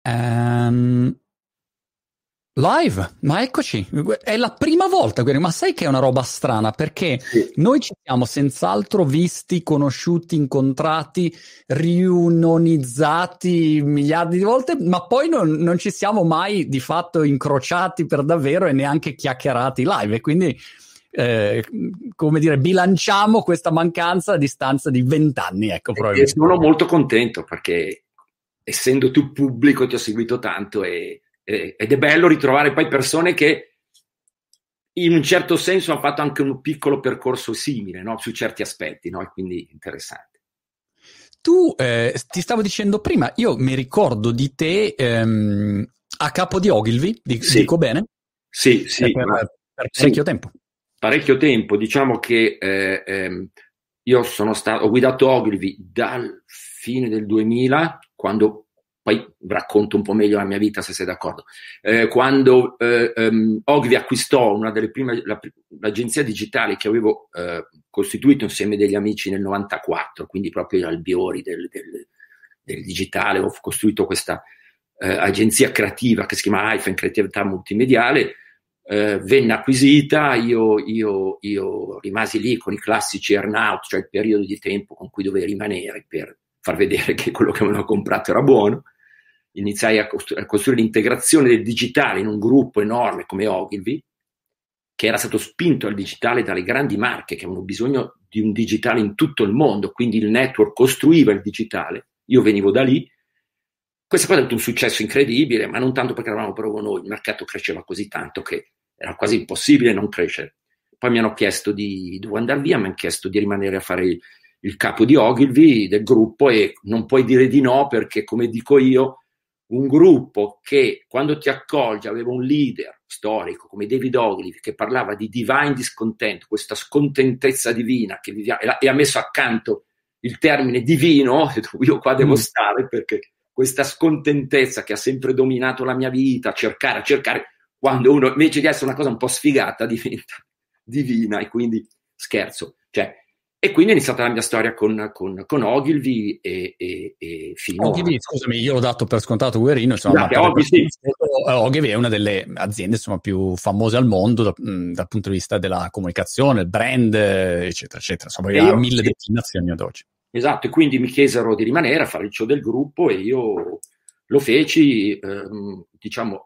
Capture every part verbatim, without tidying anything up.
Um, live, ma eccoci, è la prima volta, ma sai che è una roba strana, perché Sì. noi ci siamo senz'altro visti, conosciuti, incontrati, riunionizzati miliardi di volte, ma poi non, non ci siamo mai di fatto incrociati per davvero e neanche chiacchierati live, e quindi eh, come dire, bilanciamo questa mancanza a distanza di vent'anni, ecco, E sono molto contento perché, essendo tu pubblico, ti ho seguito tanto e, e, ed è bello ritrovare poi persone che in un certo senso hanno fatto anche un piccolo percorso simile, no? Su certi aspetti, no? E quindi interessante. Tu, eh, ti stavo dicendo prima, io mi ricordo di te ehm, a capo di Ogilvy, di, Sì. dico bene? Sì, sì. Per, ma, per parecchio sì, tempo. Parecchio tempo, diciamo che eh, ehm, io sono stato, ho guidato Ogilvy dal fine del duemila, quando poi racconto un po' meglio la mia vita se sei d'accordo, eh, quando eh, um, Ogilvy acquistò una delle prime, la, l'agenzia digitale che avevo eh, costituito insieme degli amici nel novantaquattro, quindi proprio al biori del, del, del digitale, ho costruito questa eh, agenzia creativa che si chiama Hyphen Creatività Multimediale. Uh, venne acquisita, io, io, io rimasi lì con i classici earn-out, cioè il periodo di tempo con cui dovevi rimanere per far vedere che quello che avevo comprato era buono. Iniziai a, costru- a costruire l'integrazione del digitale in un gruppo enorme come Ogilvy, che era stato spinto al digitale dalle grandi marche che avevano bisogno di un digitale in tutto il mondo, quindi il network costruiva il digitale, io venivo da lì. Questa cosa ha avuto un successo incredibile, ma non tanto perché eravamo proprio noi, il mercato cresceva così tanto che era quasi impossibile non crescere. Poi mi hanno chiesto di, devo andare via, mi hanno chiesto di rimanere a fare il, il capo di Ogilvy del gruppo, e non puoi dire di no perché, come dico io, un gruppo che quando ti accolge aveva un leader storico come David Ogilvy che parlava di divine discontent, questa scontentezza divina che vivia, e ha messo accanto il termine divino, io qua devo mm. stare perché questa scontentezza che ha sempre dominato la mia vita, cercare, cercare, quando uno invece di essere una cosa un po' sfigata diventa divina, e quindi scherzo. Cioè, e quindi è iniziata la mia storia con, con, con Ogilvy e, e, e fino Ogilvy, a... scusami, io l'ho dato per scontato Guerrino, insomma, Scusate, ma per Ogilvy, sì. Ogilvy è una delle aziende insomma più famose al mondo da, mh, dal punto di vista della comunicazione, il brand, eccetera, eccetera. Insomma, ha mille sì. destinazioni ad oggi. Esatto, e quindi mi chiesero di rimanere a fare il show del gruppo e io lo feci, ehm, diciamo,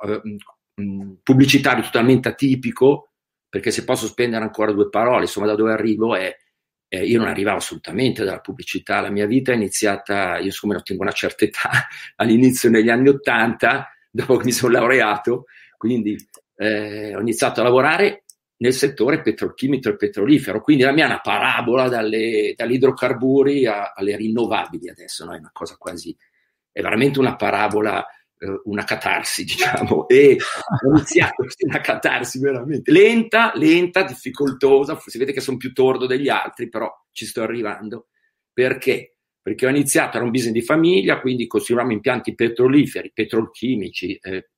ehm, pubblicitario totalmente atipico, perché se posso spendere ancora due parole, insomma, da dove arrivo è, eh, io non arrivavo assolutamente dalla pubblicità, la mia vita è iniziata, io siccome non tengo una certa età, all'inizio negli anni Ottanta, dopo che mi sono laureato, quindi eh, ho iniziato a lavorare nel settore petrolchimico e petrolifero, quindi la mia è una parabola dalle, dagli idrocarburi a, alle rinnovabili adesso, no? È una cosa quasi, è veramente una parabola, eh, una catarsi, diciamo, e ho iniziato una catarsi veramente lenta, lenta, difficoltosa, si vede che sono più tordo degli altri, però ci sto arrivando. Perché? Perché ho iniziato, era un business di famiglia, quindi costruivamo impianti petroliferi, petrolchimici, eh,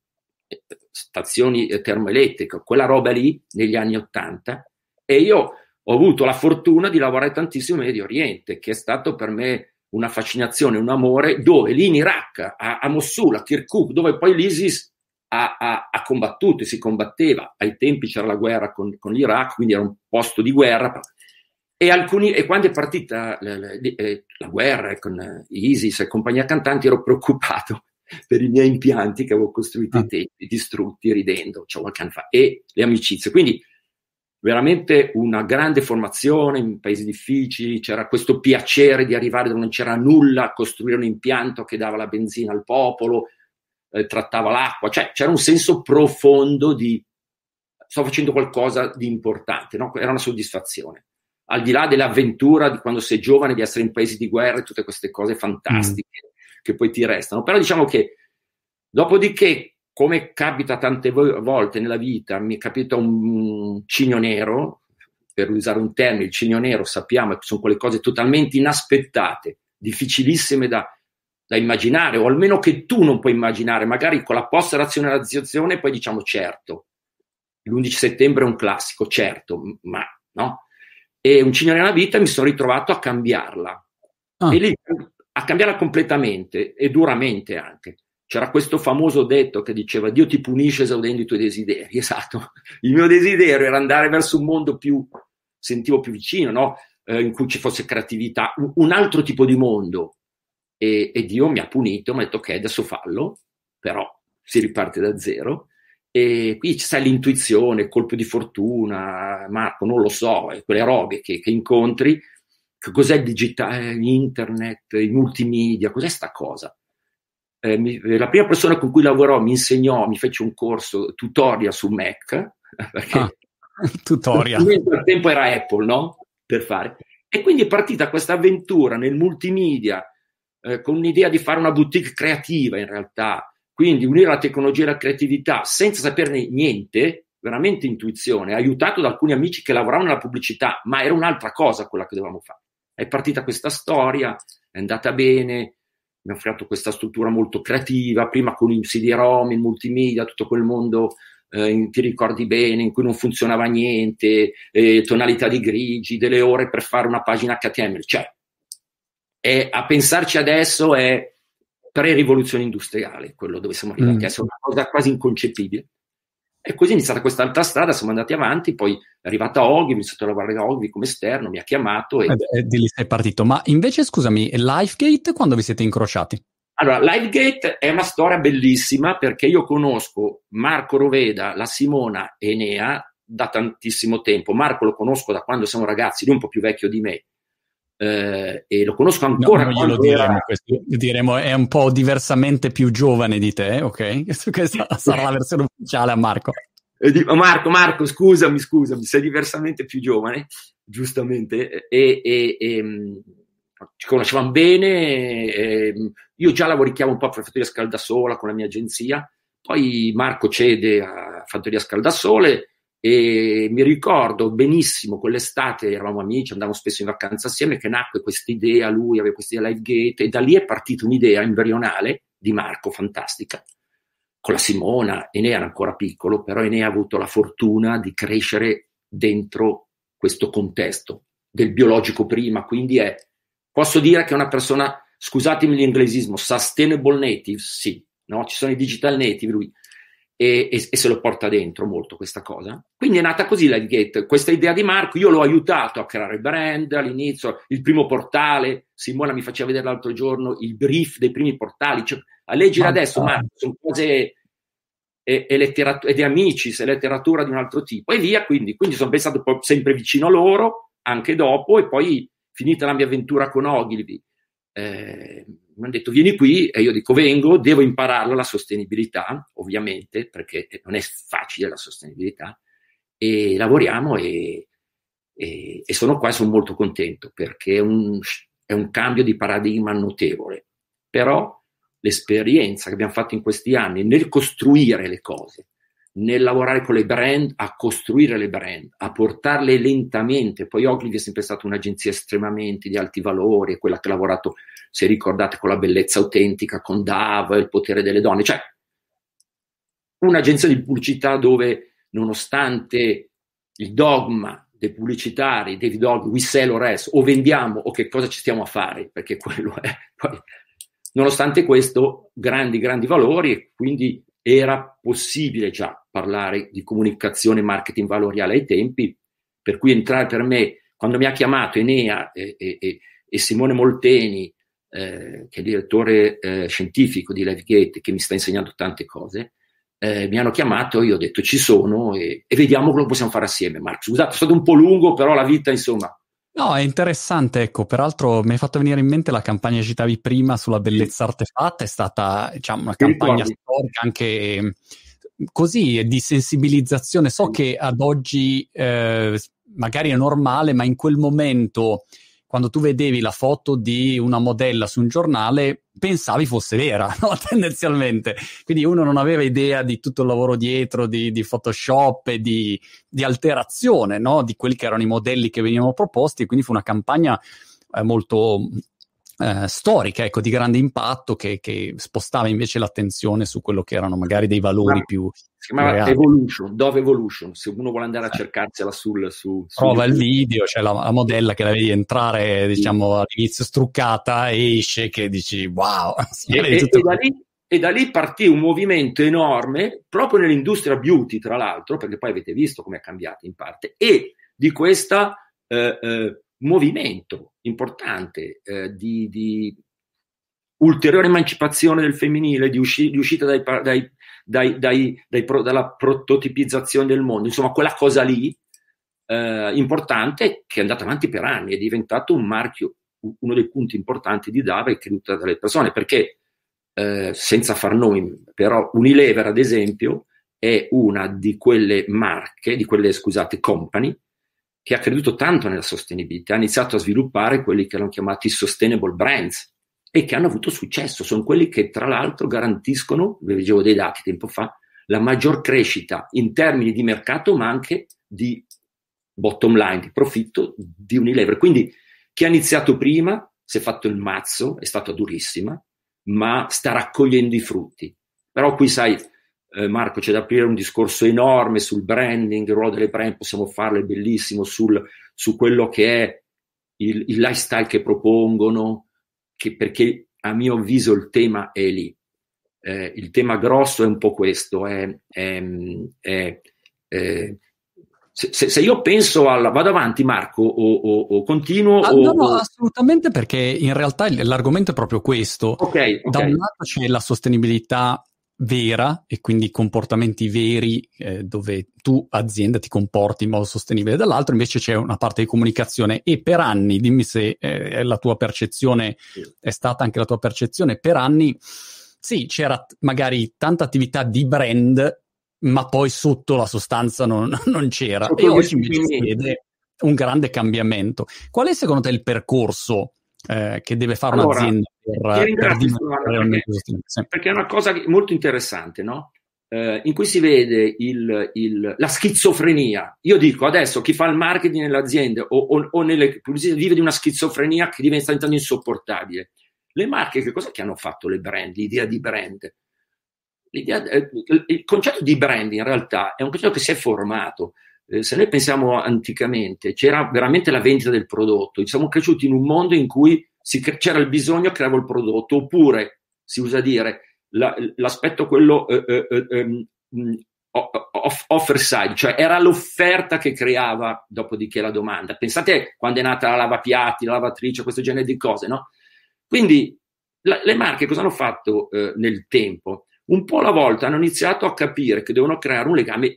stazioni termoelettriche, quella roba lì negli anni Ottanta, e io ho avuto la fortuna di lavorare tantissimo in Medio Oriente, che è stato per me una fascinazione, un amore, dove lì in Iraq, a, a Mosul, a Kirkuk, dove poi l'ISIS ha, ha, ha combattuto e si combatteva, ai tempi c'era la guerra con, con l'Iraq, quindi era un posto di guerra, e, alcuni, e quando è partita la, la, la guerra con ISIS e compagnia cantanti ero preoccupato per i miei impianti che avevo costruito ai tempi, distrutti, ridendo, cioè qualche anno fa, e le amicizie. Quindi veramente una grande formazione in paesi difficili, c'era questo piacere di arrivare dove non c'era nulla, a costruire un impianto che dava la benzina al popolo, eh, trattava l'acqua, cioè c'era un senso profondo di sto facendo qualcosa di importante, no? Era una soddisfazione. Al di là dell'avventura di quando sei giovane, di essere in paesi di guerra e tutte queste cose fantastiche mm. che poi ti restano. Però diciamo che dopodiché, come capita tante volte nella vita, mi è capitato un cigno nero, per usare un termine, il cigno nero sappiamo che sono quelle cose totalmente inaspettate, difficilissime da, da immaginare, o almeno che tu non puoi immaginare, magari con la post-razionalizzazione poi diciamo certo, l'undici settembre è un classico, certo, ma no? E un cigno nella vita mi sono ritrovato a cambiarla, ah. e lì, a cambiarla completamente e duramente anche. c'era questo famoso detto che diceva Dio ti punisce esaudendo i tuoi desideri. Esatto, il mio desiderio era andare verso un mondo più, sentivo più vicino, no? Eh, in cui ci fosse creatività, un, un altro tipo di mondo, e, e Dio mi ha punito, mi ha detto ok, adesso fallo, però si riparte da zero. E qui c'è l'intuizione, il colpo di fortuna, Marco, non lo so, eh, quelle robe che, che incontri. Che cos'è il digitale, internet, i multimedia, cos'è sta cosa? Eh, mi, la prima persona con cui lavorò mi insegnò, mi fece un corso tutorial su Mac, perché ah, tutorial. Al tempo era Apple, no? Per fare. E quindi è partita questa avventura nel multimedia, eh, con un'idea di fare una boutique creativa in realtà, quindi unire la tecnologia e la creatività senza saperne niente, veramente intuizione, aiutato da alcuni amici che lavoravano nella pubblicità, ma era un'altra cosa quella che dovevamo fare. È partita questa storia, è andata bene, abbiamo creato questa struttura molto creativa, prima con i C D-ROM, il multimedia, tutto quel mondo, eh, ti ricordi bene, in cui non funzionava niente, eh, tonalità di grigi, delle ore per fare una pagina H T M L, cioè è, a pensarci adesso è pre-rivoluzione industriale, quello dove siamo arrivati, mm. è una cosa quasi inconcepibile. E così è iniziata quest'altra strada, siamo andati avanti, poi è arrivata Ogilvy, ho iniziato a lavorare a Ogilvy come esterno, mi ha chiamato. E... Eh, di lì sei partito. Ma invece, scusami, LiveGate, quando vi siete incrociati? Allora, LiveGate è una storia bellissima perché io conosco Marco Roveda, la Simona e Enea da tantissimo tempo. Marco lo conosco da quando siamo ragazzi, lui è un po' più vecchio di me. Eh, e lo conosco ancora. No, non glielo diremo, era... questo, diremo è un po' diversamente più giovane di te, ok? Questa sarà la versione ufficiale a Marco. E dico, Marco, Marco, scusami, scusami, sei diversamente più giovane, giustamente, e, e, e ci conoscevamo bene, e io già lavorichiamo un po' per Fattoria Scaldasola con la mia agenzia, poi Marco cede a Fattoria Scaldasole. E mi ricordo benissimo quell'estate, eravamo amici, andavamo spesso in vacanza assieme, che nacque questa idea, lui aveva questa idea LiveGate, e da lì è partita un'idea embrionale di Marco fantastica con la Simona. Enea era ancora piccolo, però Enea ha avuto la fortuna di crescere dentro questo contesto del biologico prima, quindi è, posso dire che è una persona, scusatemi l'inglesismo, sustainable native, sì, no? Ci sono i digital native, lui E, e, e se lo porta dentro molto questa cosa. Quindi è nata così LiveGate, questa idea di Marco. Io l'ho aiutato a creare il brand all'inizio, il primo portale. Simona mi faceva vedere l'altro giorno il brief dei primi portali, cioè, a leggere adesso Marco sono cose e, e letteratura ed amici, se letteratura di un altro tipo e via, quindi, quindi sono pensato sempre vicino a loro anche dopo. E poi finita la mia avventura con Ogilvy, eh, mi hanno detto vieni qui, e io dico vengo, devo impararla la sostenibilità ovviamente, perché non è facile la sostenibilità, e lavoriamo e, e, e sono qua e sono molto contento perché è un, è un cambio di paradigma notevole, però l'esperienza che abbiamo fatto in questi anni nel costruire le cose, nel lavorare con le brand, a costruire le brand, a portarle lentamente. Poi Ogilvy è sempre stata un'agenzia estremamente di alti valori, è quella che ha lavorato, se ricordate, con la bellezza autentica, con Dove, il potere delle donne, cioè un'agenzia di pubblicità dove, nonostante il dogma dei pubblicitari, David Ogilvy, we sell or else, o vendiamo o che cosa ci stiamo a fare, perché quello è, poi, nonostante questo, grandi, grandi valori, e quindi era possibile già parlare di comunicazione e marketing valoriale ai tempi, per cui entrare per me, quando mi ha chiamato Enea e, e, e Simone Molteni, eh, che è il direttore eh, scientifico di LiveGate, che mi sta insegnando tante cose, eh, mi hanno chiamato, io ho detto ci sono e, e vediamo cosa possiamo fare assieme. Marco, scusate, è stato un po' lungo, però la vita, insomma. No, è interessante, ecco, peraltro mi hai fatto venire in mente la campagna che citavi prima sulla bellezza artefatta, è stata, diciamo, una campagna storica anche così di sensibilizzazione. So che ad oggi eh, magari è normale, ma in quel momento, quando tu vedevi la foto di una modella su un giornale, pensavi fosse vera, no? Tendenzialmente. Quindi uno non aveva idea di tutto il lavoro dietro, di, di Photoshop e di, di alterazione, no? Di quelli che erano i modelli che venivano proposti, e quindi fu una campagna eh, molto eh, storica, ecco, di grande impatto, che, che spostava invece l'attenzione su quello che erano magari dei valori ma, più si chiamava Evolution, Dove Evolution, se uno vuole andare a cercarsela sul, su, su prova il video, c'è cioè la, la modella che la vedi entrare, diciamo, all'inizio struccata e esce che dici wow. E, e, e, da lì, e da lì partì un movimento enorme proprio nell'industria beauty, tra l'altro, perché poi avete visto come è cambiato in parte, e di questo eh, eh, movimento importante eh, di, di ulteriore emancipazione del femminile, di, usci- di uscita dai, dai, dai, dai, dai pro- dalla prototipizzazione del mondo, insomma quella cosa lì eh, importante che è andata avanti per anni, è diventato un marchio, uno dei punti importanti di Dava e creduta dalle persone, perché eh, senza far nomi, però Unilever ad esempio è una di quelle marche, di quelle scusate company, che ha creduto tanto nella sostenibilità, ha iniziato a sviluppare quelli che erano chiamati sustainable brands e che hanno avuto successo, sono quelli che tra l'altro garantiscono, vi leggevo dei dati tempo fa, la maggior crescita in termini di mercato ma anche di bottom line, di profitto di Unilever. Quindi chi ha iniziato prima si è fatto il mazzo, è stata durissima, ma sta raccogliendo i frutti. Però qui sai, eh, Marco, c'è da aprire un discorso enorme sul branding, il ruolo delle brand, possiamo farlo, è bellissimo, sul, su quello che è il, il lifestyle che propongono, che, perché a mio avviso il tema è lì. Eh, il tema grosso è un po' questo, è, è, è, è Se, se, se io penso alla... Vado avanti, Marco, o, o, o continuo? Ah, o, no, no, o... assolutamente, perché in realtà l'argomento è proprio questo. Ok, Da ok. un lato c'è la sostenibilità vera e quindi comportamenti veri eh, dove tu azienda ti comporti in modo sostenibile, dall'altro invece c'è una parte di comunicazione e per anni, dimmi se eh, è la tua percezione, è stata anche la tua percezione, per anni sì, c'era magari tanta attività di brand ma poi sotto la sostanza non, non c'era. Sotto E gli oggi invece si esperimenti. vede un grande cambiamento. Qual è secondo te il percorso eh, che deve fare Allora, un'azienda ti per, per ringrazio diventare Stefano, realmente perché, sostenibile? Sì. perché è una cosa molto interessante, no? Eh, in cui si vede il, il, la schizofrenia. Io dico adesso chi fa il marketing nelle aziende o, o, o nelle pubblicità vive di una schizofrenia che diventa diventando insopportabile. Le marche, che cosa che hanno fatto le brand, l'idea di brand? L'idea, eh, il concetto di brand in realtà è un concetto che si è formato. Eh, se noi pensiamo anticamente, c'era veramente la vendita del prodotto, siamo cresciuti in un mondo in cui si, c'era il bisogno, creavo il prodotto, oppure si usa dire la, l'aspetto quello eh, eh, eh, off, offer side, cioè era l'offerta che creava dopodiché la domanda. Pensate quando è nata la lavapiatti, la lavatrice, questo genere di cose, no? Quindi la, le marche cosa hanno fatto eh, nel tempo? Un po' alla volta hanno iniziato a capire che devono creare un legame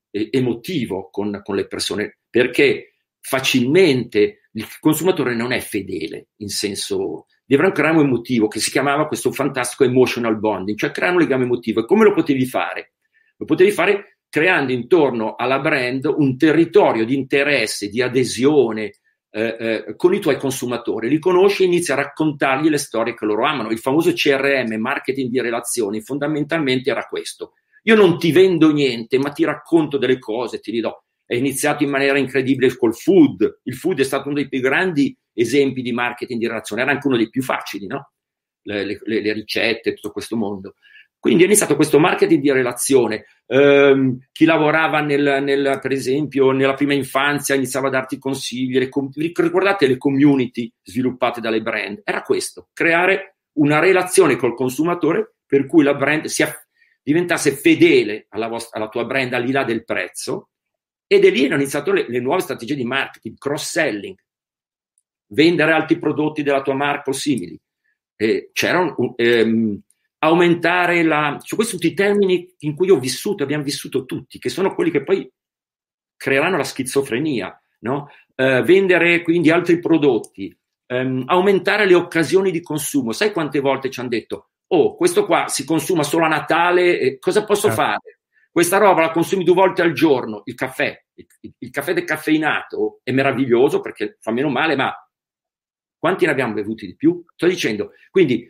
emotivo con, con le persone, perché facilmente il consumatore non è fedele, in senso, devono creare un emotivo che si chiamava questo fantastico emotional bonding, cioè creare un legame emotivo. E come lo potevi fare? Lo potevi fare creando intorno alla brand un territorio di interesse, di adesione, Eh, eh, con i tuoi consumatori, li conosci e inizi a raccontargli le storie che loro amano. Il famoso C R M, marketing di relazioni, fondamentalmente era questo. Io non ti vendo niente, ma ti racconto delle cose, ti dirò. È iniziato in maniera incredibile col food. Il food è stato uno dei più grandi esempi di marketing di relazione, era anche uno dei più facili, no? Le, le, le ricette, tutto questo mondo. Quindi è iniziato questo marketing di relazione. Um, chi lavorava nel, nel, per esempio nella prima infanzia iniziava a darti consigli. Le com- ricordate le community sviluppate dalle brand? Era questo, creare una relazione col consumatore per cui la brand sia, diventasse fedele alla, vostra, alla tua brand al di là del prezzo, ed è lì hanno iniziato le, le nuove strategie di marketing, cross-selling, vendere altri prodotti della tua marca o simili. Eh, c'era un, um, aumentare la... Su questi tutti i termini in cui ho vissuto, abbiamo vissuto tutti, che sono quelli che poi creeranno la schizofrenia, no? Uh, vendere quindi altri prodotti, um, aumentare le occasioni di consumo. Sai quante volte ci hanno detto, oh, questo qua si consuma solo a Natale, eh, cosa posso eh. fare? Questa roba la consumi due volte al giorno, il caffè, il, il caffè decaffeinato è meraviglioso perché fa meno male, ma quanti ne abbiamo bevuti di più? Sto dicendo, quindi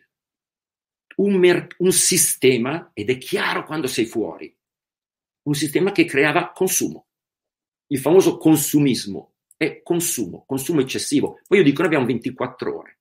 Un, mer- un sistema, ed è chiaro quando sei fuori, un sistema che creava consumo, il famoso consumismo, è consumo, consumo eccessivo. Poi io dico, noi abbiamo ventiquattro ore.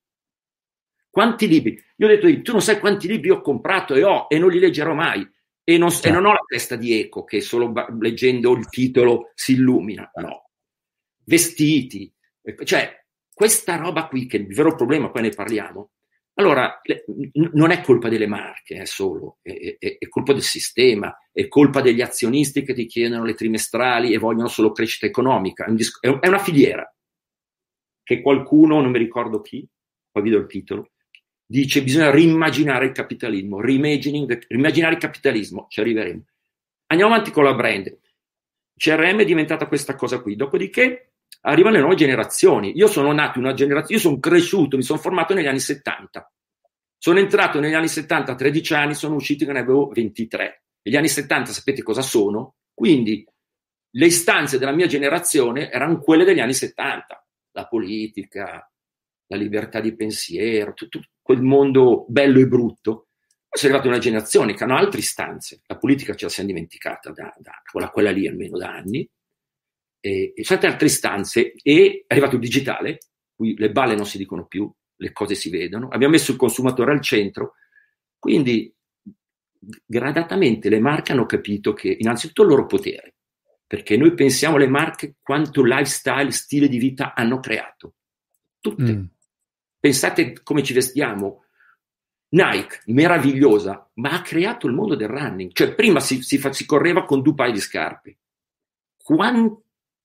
Quanti libri? Io ho detto, tu non sai quanti libri ho comprato e ho, e non li leggerò mai, e non, e non ho la testa di Eco, che solo ba- leggendo il titolo si illumina, no. Vestiti, cioè, questa roba qui, che è il vero problema, poi ne parliamo, Allora, le, n- non è colpa delle marche, è solo, è, è, è colpa del sistema, è colpa degli azionisti che ti chiedono le trimestrali e vogliono solo crescita economica. È, un dis- è una filiera che qualcuno, non mi ricordo chi, poi vedo il titolo, dice bisogna rimmaginare il capitalismo, reimagining, rimmaginare il capitalismo, ci arriveremo. Andiamo avanti con la brand. C R M è diventata questa cosa qui, dopodiché arrivano le nuove generazioni. Io sono nato in una generazione, io sono cresciuto, mi sono formato negli anni settanta. Sono entrato negli anni settanta a tredici anni, sono uscito che ne avevo ventitré. E gli anni settanta sapete cosa sono? Quindi le istanze della mia generazione erano quelle degli anni settanta. La politica, la libertà di pensiero, tutto quel mondo bello e brutto. Poi è arrivata una generazione che hanno altre istanze. La politica ce la siamo dimenticata, da, da, quella, quella lì almeno da anni. E, e sono altre istanze e è arrivato il digitale, qui le balle non si dicono più, le cose si vedono, abbiamo messo il consumatore al centro, quindi gradatamente le marche hanno capito che innanzitutto il loro potere, perché noi pensiamo alle marche quanto lifestyle, stile di vita hanno creato, tutte. Mm. Pensate come ci vestiamo. Nike, meravigliosa, ma ha creato il mondo del running, cioè prima si, si, si correva con due paio di scarpe. Quanto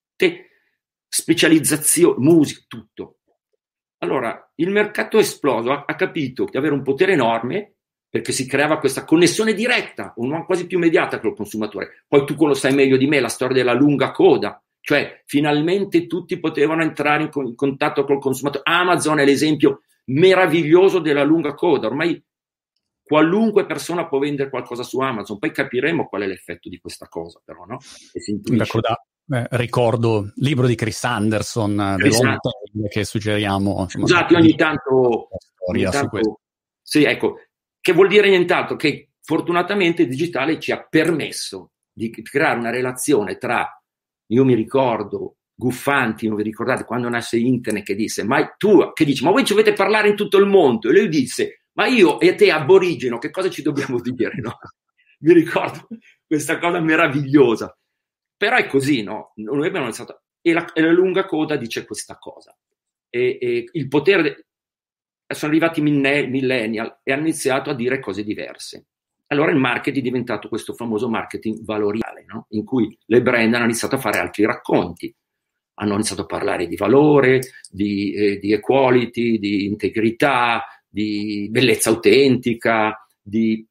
specializzazione, musica, tutto. Allora, il mercato è esploso, ha, ha capito di avere un potere enorme perché si creava questa connessione diretta, o non quasi più immediata con il consumatore. Poi tu lo sai meglio di me, la storia della lunga coda, cioè finalmente tutti potevano entrare in, con, in contatto col consumatore. Amazon è l'esempio meraviglioso della lunga coda, ormai qualunque persona può vendere qualcosa su Amazon, poi capiremo qual è l'effetto di questa cosa, però, no? E si intuisce. Eh, ricordo libro di Chris Anderson, The Long Tail, che suggeriamo. Insomma, scusate, ogni tanto, ogni tanto sì, ecco, che vuol dire nient'altro che fortunatamente il digitale ci ha permesso di creare una relazione tra, io mi ricordo Guffanti, non vi ricordate quando nasce internet, che disse, ma tu, che dici, ma voi ci dovete parlare in tutto il mondo, e lui disse, ma io e te aborigeno, che cosa ci dobbiamo dire, no? Mi ricordo questa cosa meravigliosa. Però è così, no? Noi abbiamo iniziato, e la, e la lunga coda dice questa cosa. E, e il potere, de... sono arrivati i millennial e hanno iniziato a dire cose diverse. Allora il marketing è diventato questo famoso marketing valoriale, no? In cui le brand hanno iniziato a fare altri racconti, hanno iniziato a parlare di valore, di, eh, di equality, di integrità, di bellezza autentica, di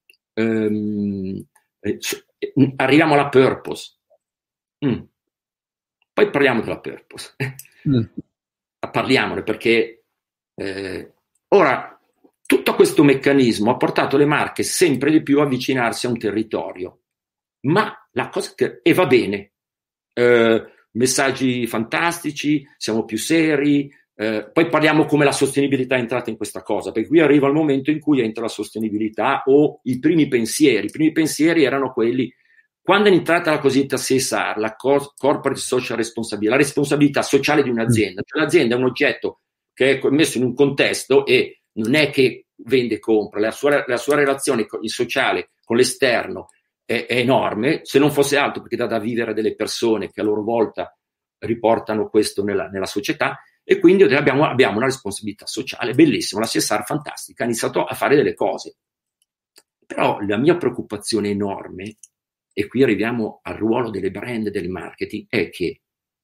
ehm, eh, arriviamo alla purpose. Mm. Poi parliamo della purpose. Mm. Parliamone perché eh, ora tutto questo meccanismo ha portato le marche sempre di più a avvicinarsi a un territorio. Ma la cosa che e va bene, eh, messaggi fantastici, siamo più seri, eh, poi parliamo come la sostenibilità è entrata in questa cosa, perché qui arriva il momento in cui entra la sostenibilità o i primi pensieri. I primi pensieri erano quelli. Quando è entrata la cosiddetta C S R, la Corporate Social Responsibility, la responsabilità sociale di un'azienda, cioè l'azienda è un oggetto che è messo in un contesto e non è che vende e compra, la sua, la sua relazione con il sociale, con l'esterno è, è enorme, se non fosse altro perché dà da vivere a delle persone che a loro volta riportano questo nella, nella società e quindi abbiamo, abbiamo una responsabilità sociale bellissima, la C S R fantastica, ha iniziato a fare delle cose. Però la mia preoccupazione enorme, e qui arriviamo al ruolo delle brand e del marketing, è che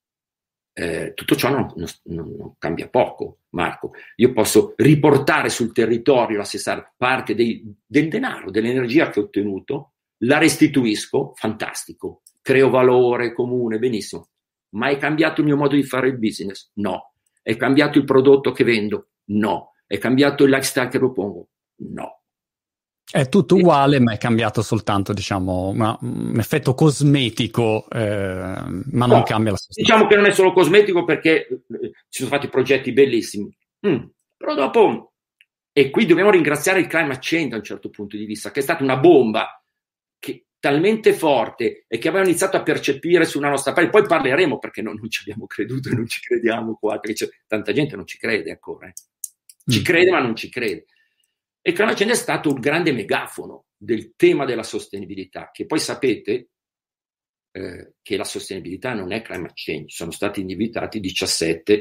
eh, tutto ciò non, non, non cambia poco, Marco. Io posso riportare sul territorio la C S R parte dei, del denaro, dell'energia che ho ottenuto, la restituisco, fantastico, creo valore comune, benissimo. Ma è cambiato il mio modo di fare il business? No. È cambiato il prodotto che vendo? No. È cambiato il lifestyle che propongo? No. È tutto uguale, ma è cambiato soltanto, diciamo, una, un effetto cosmetico, eh, ma non no, cambia la sostanza. Diciamo che non è solo cosmetico perché ci sono fatti progetti bellissimi. Mm, però dopo, e qui dobbiamo ringraziare il climate change da un certo punto di vista, che è stata una bomba che, talmente forte e che aveva iniziato a percepire sulla nostra pelle. Poi parleremo perché non, non ci abbiamo creduto e non ci crediamo qua, perché c'è, tanta gente non ci crede ancora. Eh. Ci mm. crede ma non ci crede. E il climate change è stato un grande megafono del tema della sostenibilità, che poi sapete eh, che la sostenibilità non è climate change, sono stati individuati diciassette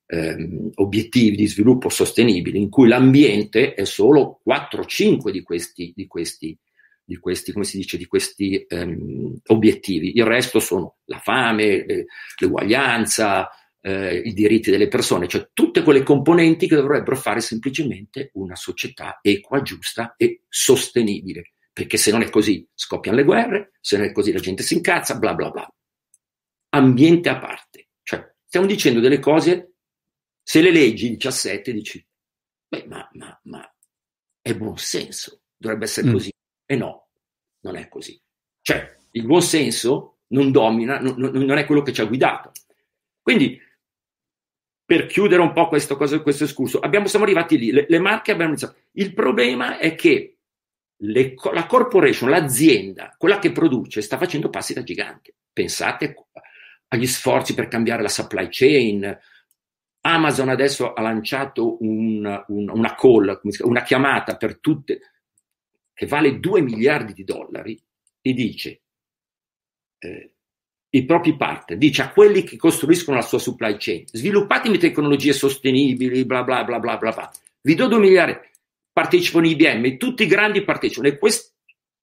ehm, obiettivi di sviluppo sostenibile, in cui l'ambiente è solo quattro o cinque di questi, di questi, di questi, come si dice, di questi ehm, obiettivi. Il resto sono la fame, eh, l'uguaglianza, eh, i diritti delle persone, cioè tutte quelle componenti che dovrebbero fare semplicemente una società equa, giusta e sostenibile. Perché se non è così scoppiano le guerre, se non è così la gente si incazza, bla bla bla. Ambiente a parte. Cioè, stiamo dicendo delle cose, se le leggi diciassette dici, beh, ma, ma, ma è buon senso, dovrebbe essere mm. così. E no, non è così. Cioè, il buon senso non domina, non, non è quello che ci ha guidato. Quindi, per chiudere un po' questo, questo escurso, abbiamo, siamo arrivati lì, le, le marche abbiamo iniziato. Il problema è che le, la corporation, l'azienda, quella che produce, sta facendo passi da gigante. Pensate agli sforzi per cambiare la supply chain. Amazon adesso ha lanciato un, un, una call, una chiamata per tutte, che vale due miliardi di dollari, e dice eh, i propri partner, dice a quelli che costruiscono la sua supply chain, sviluppatemi tecnologie sostenibili, bla bla bla bla bla bla, vi do due miliardi, partecipano I B M, tutti i grandi partecipano, e quest,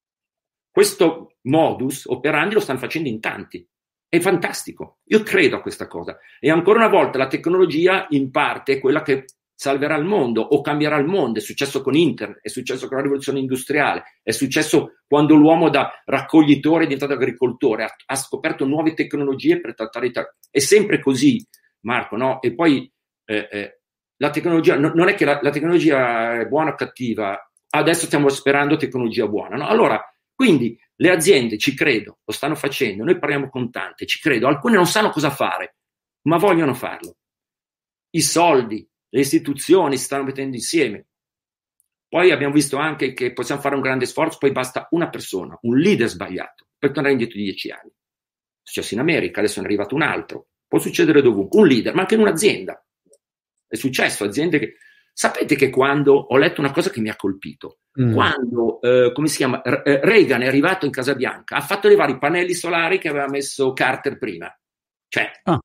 questo modus operandi lo stanno facendo in tanti. È fantastico, io credo a questa cosa, e ancora una volta la tecnologia in parte è quella che salverà il mondo o cambierà il mondo. È successo con internet, è successo con la rivoluzione industriale, è successo quando l'uomo da raccoglitore è diventato agricoltore, ha, ha scoperto nuove tecnologie per trattare i ter- è sempre così, Marco, no? E poi eh, eh, la tecnologia, no, non è che la, la tecnologia è buona o cattiva, adesso stiamo sperando tecnologia buona, no? Allora, quindi le aziende, ci credo, lo stanno facendo, noi parliamo con tante, ci credo, alcune non sanno cosa fare, ma vogliono farlo. I soldi, le istituzioni si stanno mettendo insieme. Poi abbiamo visto anche che possiamo fare un grande sforzo, poi basta una persona, un leader sbagliato, per tornare indietro di dieci anni. È successo in America, adesso è arrivato un altro, può succedere dovunque, un leader, ma anche in un'azienda. È successo, aziende che... Sapete che quando ho letto una cosa che mi ha colpito, mm. quando, eh, come si chiama, R- Reagan è arrivato in Casa Bianca, ha fatto levare i pannelli solari che aveva messo Carter prima. Cioè, ah.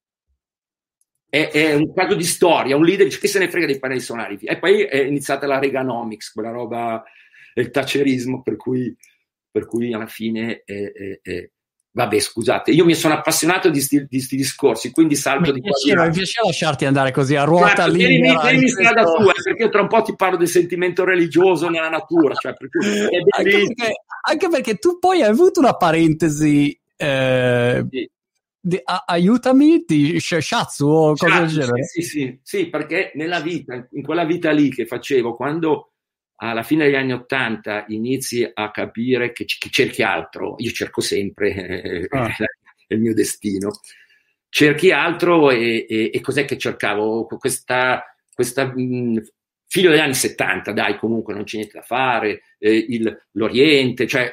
è, è un caso di storia, un leader dice che se ne frega dei pannelli solari. E poi è iniziata la Reaganomics, quella roba, il thatcherismo, per cui, per cui alla fine... È, è, è, vabbè, scusate, io mi sono appassionato di questi discorsi, quindi salto mi di qua. Mi piaceva lasciarti andare così a ruota certo, libera. Tieni strada tua, perché io tra un po' ti parlo del sentimento religioso nella natura. Cioè, per cui è anche, perché, anche perché tu poi hai avuto una parentesi, eh, sì. di, a, aiutami, di shiatsu o cosa del genere. Sì, sì, sì, sì, perché nella vita, in quella vita lì che facevo, quando... alla fine degli anni Ottanta inizi a capire che, che cerchi altro, io cerco sempre, eh, ah. è il mio destino, cerchi altro e, e, e cos'è che cercavo? Questa, questa mh, figlio degli anni settanta, dai, comunque non c'è niente da fare, eh, il, l'Oriente, cioè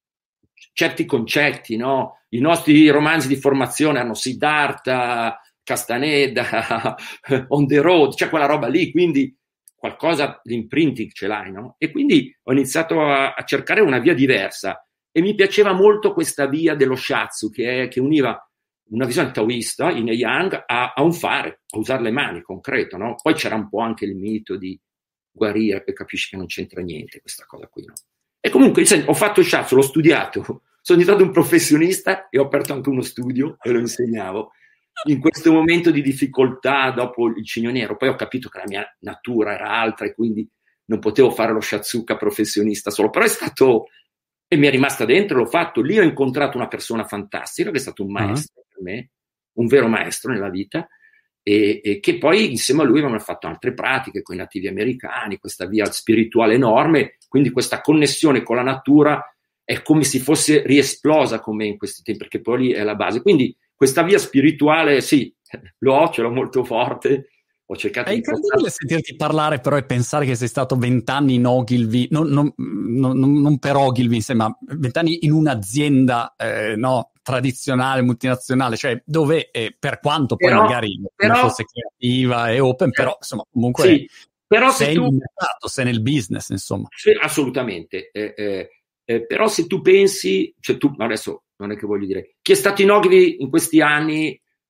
certi concetti, no? I nostri romanzi di formazione hanno Siddhartha, Castaneda, On the Road, cioè quella roba lì, quindi qualcosa di imprinting ce l'hai, no? E quindi ho iniziato a, a cercare una via diversa e mi piaceva molto questa via dello shiatsu che, è, che univa una visione taoista, Yin e Yang, a, a un fare, a usare le mani, concreto, no? Poi c'era un po' anche il mito di guarire, che capisci che non c'entra niente questa cosa qui, no? E comunque ho fatto shiatsu, l'ho studiato, sono diventato un professionista e ho aperto anche uno studio e lo insegnavo. In questo momento di difficoltà dopo il Cigno Nero, poi ho capito che la mia natura era altra e quindi non potevo fare lo shiatsuka professionista solo, però è stato, e mi è rimasta dentro, l'ho fatto. Lì ho incontrato una persona fantastica che è stato un maestro uh-huh. per me, un vero maestro nella vita, e, e che poi insieme a lui avevamo fatto altre pratiche con i nativi americani, questa via spirituale enorme, quindi questa connessione con la natura è come se fosse riesplosa come in questi tempi, perché poi lì è la base. Quindi questa via spirituale, sì, l'ho, ce l'ho molto forte. Ho cercato è di incredibile portare... sentirti parlare però e pensare che sei stato vent'anni in Ogilvy, non, non, non, non per Ogilvy, ma vent'anni in un'azienda eh, no, tradizionale, multinazionale, cioè dove eh, per quanto poi però, magari però, non fosse creativa e open, però insomma comunque sì, però sei se tu... nel mercato, sei nel business, insomma. Sì, assolutamente. Eh, eh, eh, però se tu pensi, cioè tu adesso non è che voglio dire, chi è stato in Ogilvy in questi anni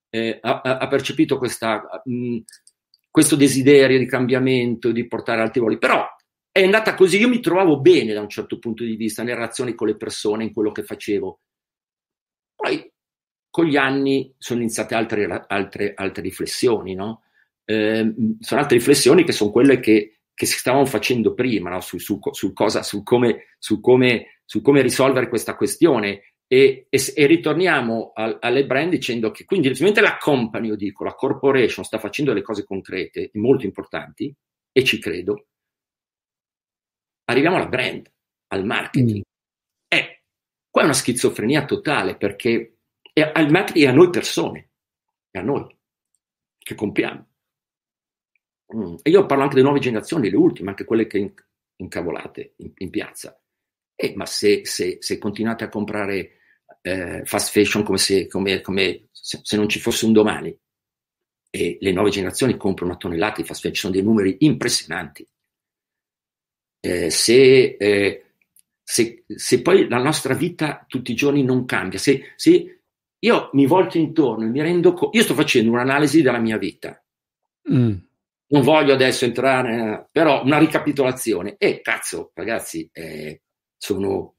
eh, ha, ha percepito questa, mh, questo desiderio di cambiamento, di portare alti voli, però è andata così. Io mi trovavo bene da un certo punto di vista nelle relazioni con le persone, in quello che facevo. Poi con gli anni sono iniziate altre, altre, altre riflessioni, no? Eh, sono altre riflessioni che sono quelle che, che si stavano facendo prima, no? su, su, su, cosa, su, come, su, come, su come risolvere questa questione. E, e, e ritorniamo al, alle brand dicendo che quindi mentre la company, io dico, la corporation sta facendo delle cose concrete e molto importanti, e ci credo, arriviamo alla brand, al marketing. Mm. E qua è una schizofrenia totale, perché è al marketing e a noi persone, è a noi che compriamo. Mm. E io parlo anche delle nuove generazioni, le ultime, anche quelle che in, incavolate in, in piazza. Eh, ma se, se, se continuate a comprare eh, fast fashion come, se, come, come se, se non ci fosse un domani, e le nuove generazioni comprano una tonnellata di fast fashion, ci sono dei numeri impressionanti. Eh, se, eh, se, se poi la nostra vita tutti i giorni non cambia, se, se io mi volto intorno e mi rendo conto, io sto facendo un'analisi della mia vita, mm. non voglio adesso entrare, però una ricapitolazione, e eh, cazzo ragazzi, eh, sono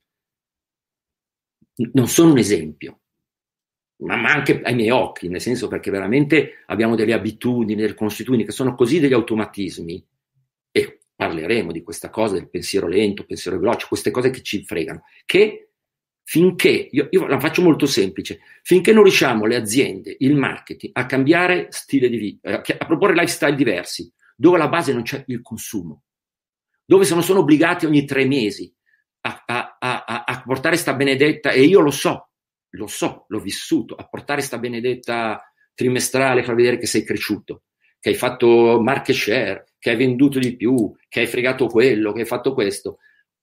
non sono un esempio, ma, ma anche ai miei occhi, nel senso, perché veramente abbiamo delle abitudini, delle consuetudini che sono così degli automatismi, e parleremo di questa cosa del pensiero lento, pensiero veloce, queste cose che ci fregano, che finché, io, io la faccio molto semplice, finché non riusciamo, le aziende, il marketing, a cambiare stile di vita, a proporre lifestyle diversi, dove alla base non c'è il consumo, dove se non sono obbligati ogni tre mesi a, a, a, a portare sta benedetta, e io lo so, lo so, l'ho vissuto, a portare sta benedetta trimestrale, far vedere che sei cresciuto, che hai fatto market share, che hai venduto di più, che hai fregato quello, che hai fatto questo.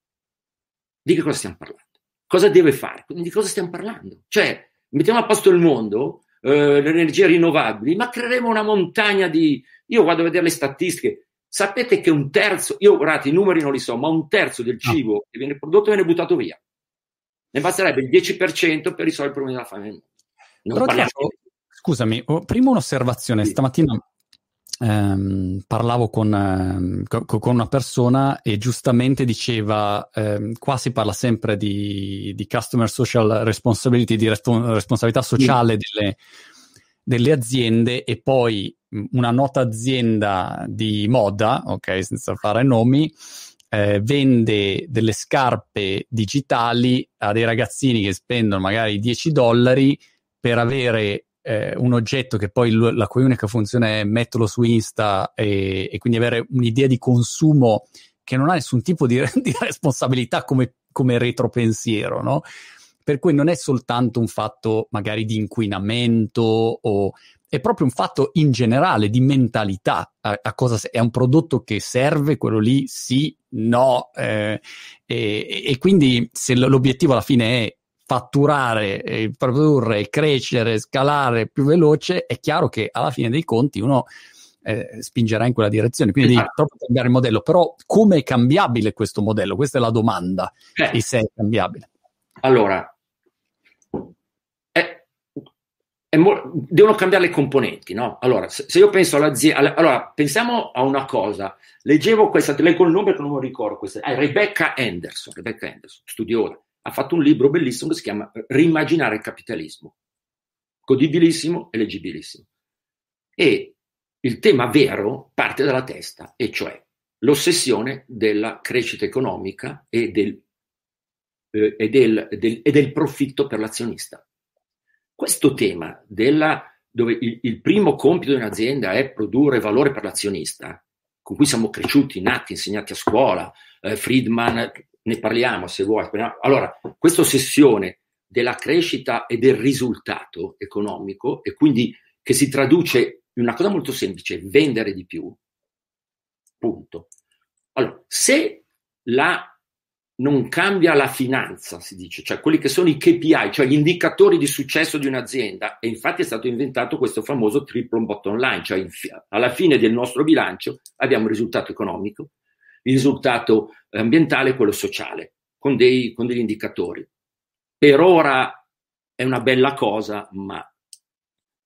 Di che cosa stiamo parlando? Cosa deve fare? Di cosa stiamo parlando? Cioè, mettiamo a posto il mondo, eh, le energie rinnovabili, ma creeremo una montagna di... Io vado a vedere le statistiche. Sapete che un terzo, io guardate i numeri non li so, ma un terzo del cibo no. che viene prodotto viene buttato via. Ne basterebbe il dieci per cento per risolvere il problema della fame. Non parliamo faccio, scusami, oh, prima un'osservazione. Sì. Stamattina ehm, parlavo con, ehm, con una persona e giustamente diceva, ehm, qua si parla sempre di, di customer social responsibility, di respo- responsabilità sociale sì. delle, delle aziende, e poi una nota azienda di moda, ok, senza fare nomi, eh, vende delle scarpe digitali a dei ragazzini che spendono magari dieci dollari per avere eh, un oggetto che poi l- la cui unica funzione è metterlo su Insta, e, e quindi avere un'idea di consumo che non ha nessun tipo di, di responsabilità come, come retropensiero, no? Per cui non è soltanto un fatto magari di inquinamento, o è proprio un fatto in generale di mentalità. A, a cosa è un prodotto che serve, quello lì sì, no, eh, e, e quindi se l'obiettivo alla fine è fatturare, eh, produrre, crescere, scalare più veloce, è chiaro che alla fine dei conti uno eh, spingerà in quella direzione, quindi devi proprio cambiare il modello. Però come è cambiabile questo modello? Questa è la domanda, eh. e se è cambiabile. Allora, È mo- devono cambiare le componenti, no? Allora, se, se io penso all'azienda, allora pensiamo a una cosa. Leggevo questa, te leggo il nome perché non me lo ricordo. Questa, ah, Rebecca Anderson, Rebecca Anderson, studiosa, ha fatto un libro bellissimo che si chiama Rimmaginare il capitalismo, godibilissimo e leggibilissimo. E il tema vero parte dalla testa, e cioè l'ossessione della crescita economica e del, eh, e del, del, e del profitto per l'azionista. Questo tema della, dove il, il primo compito di un'azienda è produrre valore per l'azionista, con cui siamo cresciuti, nati, insegnati a scuola, eh, Friedman, ne parliamo se vuoi. Allora, questa ossessione della crescita e del risultato economico, e quindi che si traduce in una cosa molto semplice: vendere di più, punto. Allora, se la non cambia la finanza, si dice, cioè quelli che sono i K P I, cioè gli indicatori di successo di un'azienda, e infatti è stato inventato questo famoso triple bottom line, cioè in, alla fine del nostro bilancio abbiamo il risultato economico, il risultato ambientale e quello sociale, con, dei, con degli indicatori. Per ora è una bella cosa, ma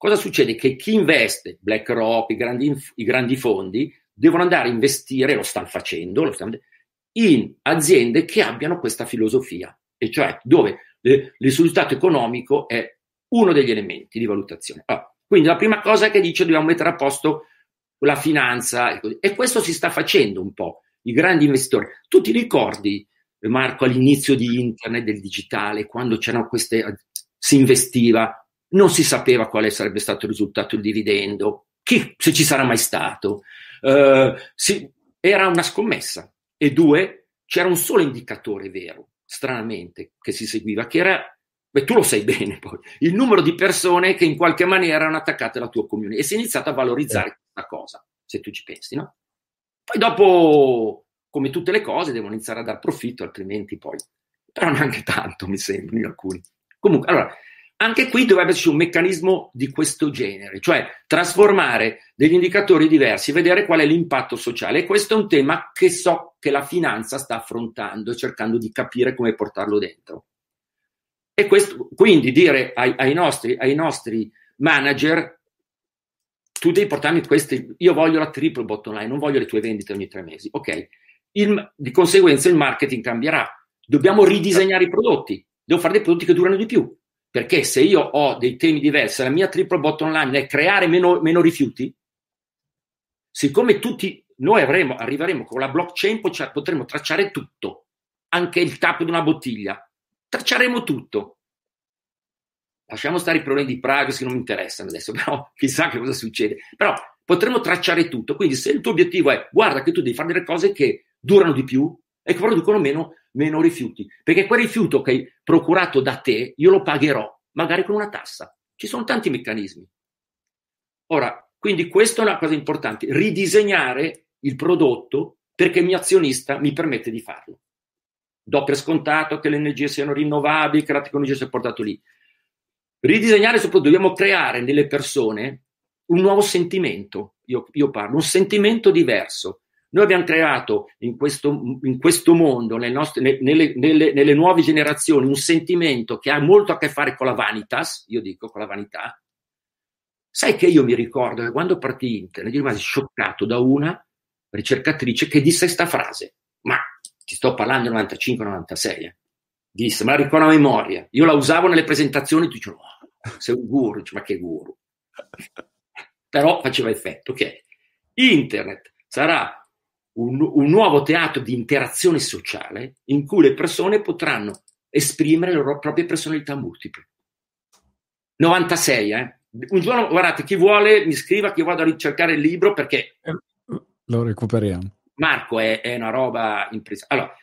cosa succede? Che chi investe, BlackRock, i grandi, i grandi fondi, devono andare a investire, lo stanno facendo, lo stanno, in aziende che abbiano questa filosofia, e cioè dove le, il risultato economico è uno degli elementi di valutazione. Allora, quindi la prima cosa che dice dobbiamo mettere a posto la finanza e così. E questo si sta facendo un po'. I grandi investitori. Tu ti ricordi, Marco, all'inizio di internet, del digitale, quando c'erano queste, si investiva, non si sapeva quale sarebbe stato il risultato, il dividendo, chi, se ci sarà mai stato. Uh, si, era una scommessa. E due, c'era un solo indicatore vero, stranamente, che si seguiva, che era, beh, tu lo sai bene poi, il numero di persone che in qualche maniera erano attaccate alla tua community, e si è iniziato a valorizzare eh. questa cosa, se tu ci pensi, no? Poi dopo, come tutte le cose, devono iniziare a dar profitto, altrimenti poi, però neanche tanto, mi sembra, in alcuni. Comunque, allora, anche qui dovrebbe esserci un meccanismo di questo genere, cioè trasformare degli indicatori diversi, vedere qual è l'impatto sociale. E questo è un tema che so che la finanza sta affrontando, cercando di capire come portarlo dentro. E questo, quindi dire ai, ai, nostri, ai nostri manager, tu devi portarmi questi, io voglio la triple bottom line, non voglio le tue vendite ogni tre mesi. Ok, il, di conseguenza il marketing cambierà, dobbiamo ridisegnare i prodotti, devo fare dei prodotti che durano di più. Perché se io ho dei temi diversi, la mia triple bottom line è creare meno, meno rifiuti, siccome tutti noi avremo, arriveremo con la blockchain, potremo tracciare tutto, anche il tappo di una bottiglia, tracciaremo tutto. Lasciamo stare i problemi di privacy che non mi interessano adesso, però chissà che cosa succede. Però potremo tracciare tutto, quindi se il tuo obiettivo è guarda che tu devi fare delle cose che durano di più e che producono meno, meno rifiuti, perché quel rifiuto che hai procurato da te io lo pagherò, magari con una tassa. Ci sono tanti meccanismi. Ora, quindi questa è una cosa importante, ridisegnare il prodotto perché il mio azionista mi permette di farlo. Do per scontato che le energie siano rinnovabili, che la tecnologia sia portata lì. Ridisegnare, soprattutto dobbiamo creare nelle persone un nuovo sentimento, io, io parlo, un sentimento diverso. Noi abbiamo creato in questo, in questo mondo, nelle, nostre, nelle, nelle, nelle nuove generazioni, un sentimento che ha molto a che fare con la vanitas, io dico con la vanità. Sai che io mi ricordo che quando partì internet, io rimasi scioccato da una ricercatrice che disse questa frase, ma ti sto parlando del novantacinque novantasei, eh. Disse, me la ricordo a memoria, io la usavo nelle presentazioni, tu dici, oh, sei un guru, dici, ma che guru? Però faceva effetto, ok. Internet sarà Un, un nuovo teatro di interazione sociale in cui le persone potranno esprimere le loro proprie personalità multiple. novantasei, eh? Un giorno, guardate, chi vuole mi scriva che io vado a ricercare il libro perché lo recuperiamo. Marco è, è una roba impressionante. Allora,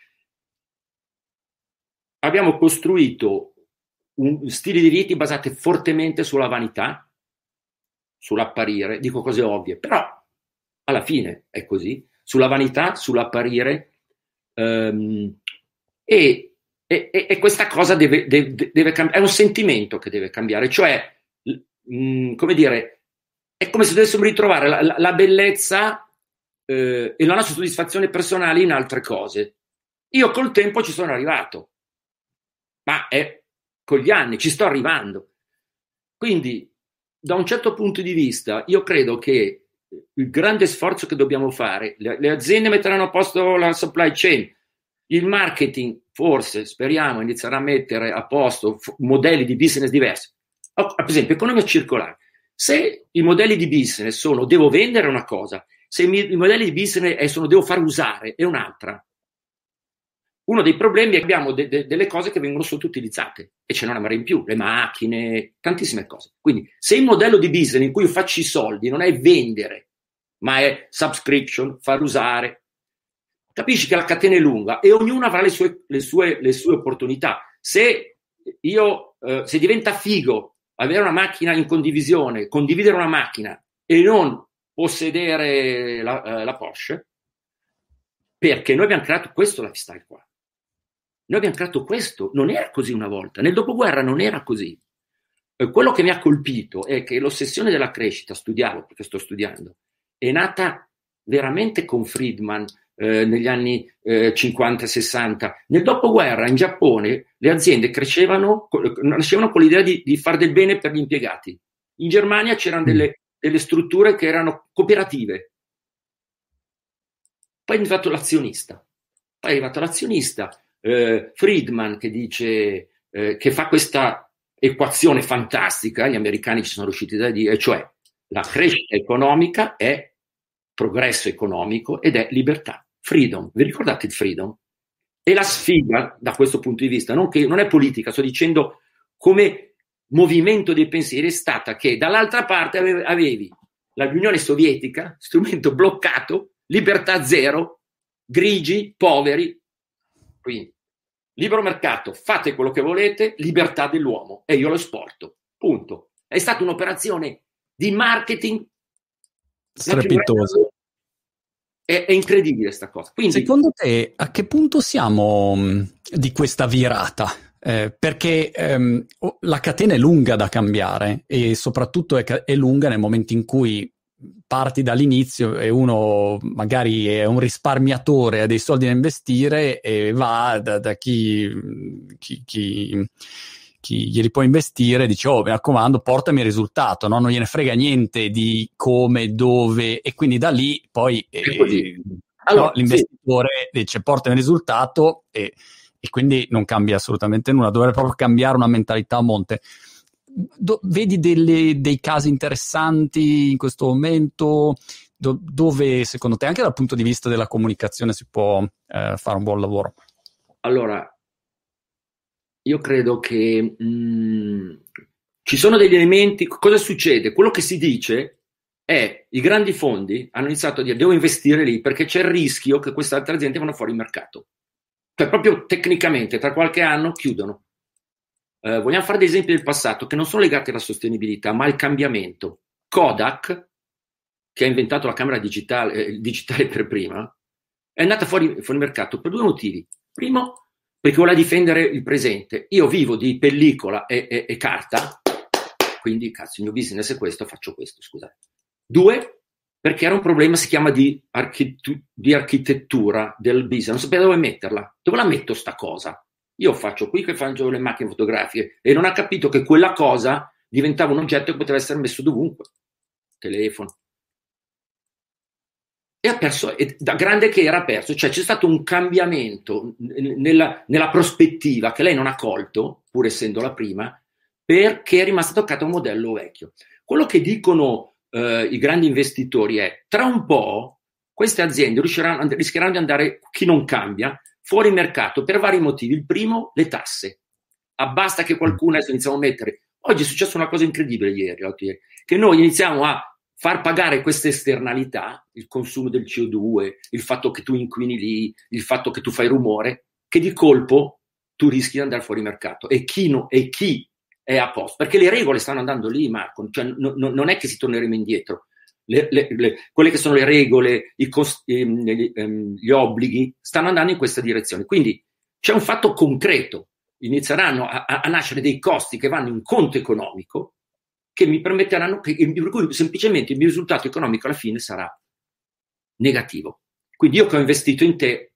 abbiamo costruito un stile di vita basati fortemente sulla vanità, sull'apparire, dico cose ovvie, però alla fine è così. Sulla vanità, sull'apparire, um, e, e, e questa cosa deve, deve, deve cambiare, è un sentimento che deve cambiare, cioè, mh, come dire, è come se dovessimo ritrovare la, la, la bellezza eh, e la nostra soddisfazione personale in altre cose. Io col tempo ci sono arrivato, ma è con gli anni, ci sto arrivando. Quindi, da un certo punto di vista, io credo che il grande sforzo che dobbiamo fare, le, le aziende metteranno a posto la supply chain, il marketing forse, speriamo, inizierà a mettere a posto f- modelli di business diversi. O, per esempio, economia circolare. Se i modelli di business sono devo vendere una cosa, se i, i modelli di business sono devo far usare è un'altra. Uno dei problemi è che abbiamo de- de- delle cose che vengono sottoutilizzate e ce n'è una marea in più, le macchine, tantissime cose. Quindi se il modello di business in cui io faccio i soldi non è vendere, ma è subscription, far usare, capisci che la catena è lunga e ognuno avrà le sue, le sue, le sue opportunità. Se io, eh, se diventa figo avere una macchina in condivisione, condividere una macchina e non possedere la, eh, la Porsche, perché noi abbiamo creato questo lifestyle qua. Noi abbiamo creato questo, non era così una volta, nel dopoguerra non era così. Eh, quello che mi ha colpito è che l'ossessione della crescita, studiavo perché sto studiando, è nata veramente con Friedman eh, negli anni eh, cinquanta e sessanta. Nel dopoguerra in Giappone le aziende crescevano, nascevano con l'idea di, di fare del bene per gli impiegati. In Germania c'erano delle, delle strutture che erano cooperative. Poi è arrivato l'azionista. Poi è arrivato l'azionista, eh, Friedman, che dice, eh, che fa questa equazione fantastica, gli americani ci sono riusciti da dire, cioè la crescita economica è progresso economico ed è libertà. Freedom. Vi ricordate il freedom? E la sfida, da questo punto di vista, non, che, non è politica, sto dicendo come movimento dei pensieri, è stata che dall'altra parte avevi, avevi l'Unione Sovietica, strumento bloccato, libertà zero, grigi, poveri. Quindi, libero mercato, fate quello che volete, libertà dell'uomo, e io lo esporto. Punto. È stata un'operazione di marketing strepitosa. È, è incredibile sta cosa. Quindi, secondo te a che punto siamo mh, di questa virata? Eh, perché ehm, la catena è lunga da cambiare e soprattutto è, è lunga nel momento in cui parti dall'inizio e uno magari è un risparmiatore, ha dei soldi da investire e va da, da chi, chi, chi, chi glieli può investire, dice oh mi raccomando portami il risultato, no? Non gliene frega niente di come, dove, e quindi da lì poi eh, allora, no? L'investitore sì. dice portami il risultato e e quindi non cambia assolutamente nulla, dovrebbe proprio cambiare una mentalità a monte. Do, vedi delle, dei casi interessanti in questo momento do, dove secondo te anche dal punto di vista della comunicazione si può eh, fare un buon lavoro? Allora, io credo che mh, ci sono degli elementi. Cosa succede? Quello che si dice è i grandi fondi hanno iniziato a dire devo investire lì perché c'è il rischio che queste altre aziende vanno fuori mercato. Cioè proprio tecnicamente tra qualche anno chiudono. Eh, vogliamo fare dei esempi del passato che non sono legati alla sostenibilità ma al cambiamento. Kodak, che ha inventato la camera digitale, eh, digitale per prima, è andata fuori, fuori mercato per due motivi. Primo, perché vuole difendere il presente. Io vivo di pellicola e, e, e carta, quindi cazzo il mio business è questo, faccio questo, scusate. Due, perché era un problema, si chiama di, architu- di architettura del business, non sapeva dove metterla. Dove la metto sta cosa? Io faccio qui che faccio le macchine fotografiche e non ha capito che quella cosa diventava un oggetto che poteva essere messo dovunque. Telefono. E ha perso, e da grande che era perso, cioè c'è stato un cambiamento nella, nella prospettiva che lei non ha colto, pur essendo la prima, perché è rimasta toccata un modello vecchio. Quello che dicono Uh, i grandi investitori è tra un po' queste aziende rischieranno, rischieranno di andare, chi non cambia, fuori mercato per vari motivi. Il primo, le tasse. Ah, basta che qualcuno adesso iniziamo a mettere. Oggi è successa una cosa incredibile ieri, che noi iniziamo a far pagare queste esternalità, il consumo del C O due, il fatto che tu inquini lì, il fatto che tu fai rumore, che di colpo tu rischi di andare fuori mercato. E chi, no, e chi è a posto, perché le regole stanno andando lì, Marco, cioè, no, no, non è che si torneremo indietro, le, le, le, quelle che sono le regole, i costi, ehm, gli, ehm, gli obblighi stanno andando in questa direzione, quindi c'è un fatto concreto, inizieranno a, a, a nascere dei costi che vanno in conto economico che mi permetteranno, che, per cui semplicemente il mio risultato economico alla fine sarà negativo, quindi io che ho investito in te,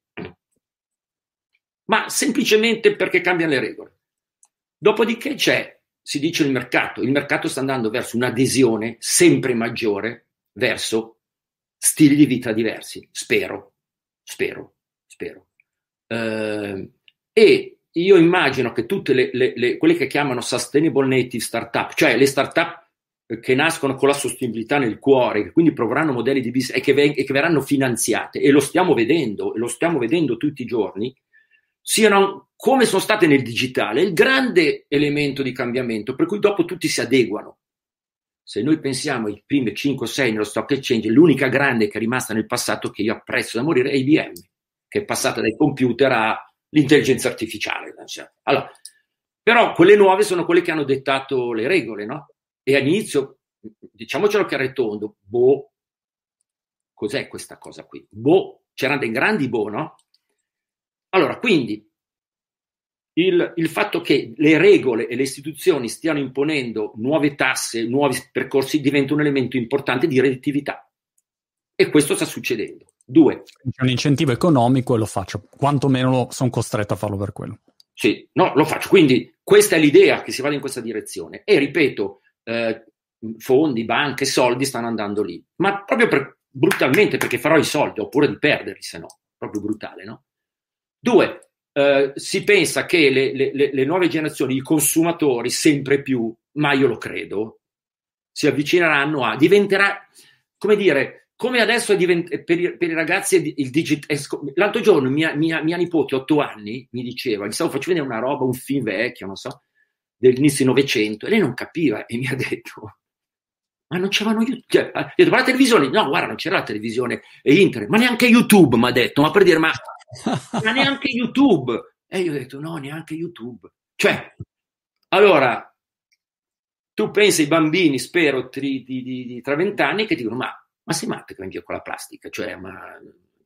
ma semplicemente perché cambiano le regole. Dopodiché c'è, si dice il mercato, il mercato sta andando verso un'adesione sempre maggiore verso stili di vita diversi, spero, spero, spero. Eh, e io immagino che tutte le, le, le, quelle che chiamano sustainable native startup, cioè le startup che nascono con la sostenibilità nel cuore, che quindi proveranno modelli di business e che, ve- e che verranno finanziate, e lo stiamo vedendo, e lo stiamo vedendo tutti i giorni, siano, come sono state nel digitale, il grande elemento di cambiamento, per cui dopo tutti si adeguano. Se noi pensiamo ai primi cinque sei nello stock exchange, l'unica grande che è rimasta nel passato, che io apprezzo da morire, è I B M, che è passata dai computer all'intelligenza artificiale. Allora, però quelle nuove sono quelle che hanno dettato le regole, no? E all'inizio, diciamocelo chiaro e tondo, boh, cos'è questa cosa qui? Boh, c'erano dei grandi boh, no? Allora, quindi, il, il fatto che le regole e le istituzioni stiano imponendo nuove tasse, nuovi percorsi, diventa un elemento importante di redditività. E questo sta succedendo. Due. C'è un incentivo economico e lo faccio, quantomeno lo, sono costretto a farlo per quello. Sì, no, lo faccio. Quindi questa è l'idea, che si vada in questa direzione. E ripeto, eh, fondi, banche, soldi stanno andando lì, ma proprio per, brutalmente perché farò i soldi, oppure di perderli, se no, proprio brutale, no? Due, eh, si pensa che le, le, le nuove generazioni, i consumatori, sempre più, ma io lo credo, si avvicineranno a, diventerà, come dire, come adesso è divent- per, i, per i ragazzi il digital. L'altro giorno mia, mia, mia nipote, otto anni, mi diceva, gli stavo facendo vedere una roba, un film vecchio, non so, dell'inizio Novecento, e lei non capiva e mi ha detto, ma non c'erano YouTube, cioè, ha detto, ma la televisione, no, guarda, non c'era la televisione e internet, ma neanche YouTube, mi ha detto, ma per dire, ma, ma neanche YouTube. E io ho detto, no, neanche YouTube. Cioè, allora, tu pensi ai bambini, spero, tri, di, di, di, tra vent'anni, che dicono, ma, ma sei matto che vai via con la plastica? Cioè, ma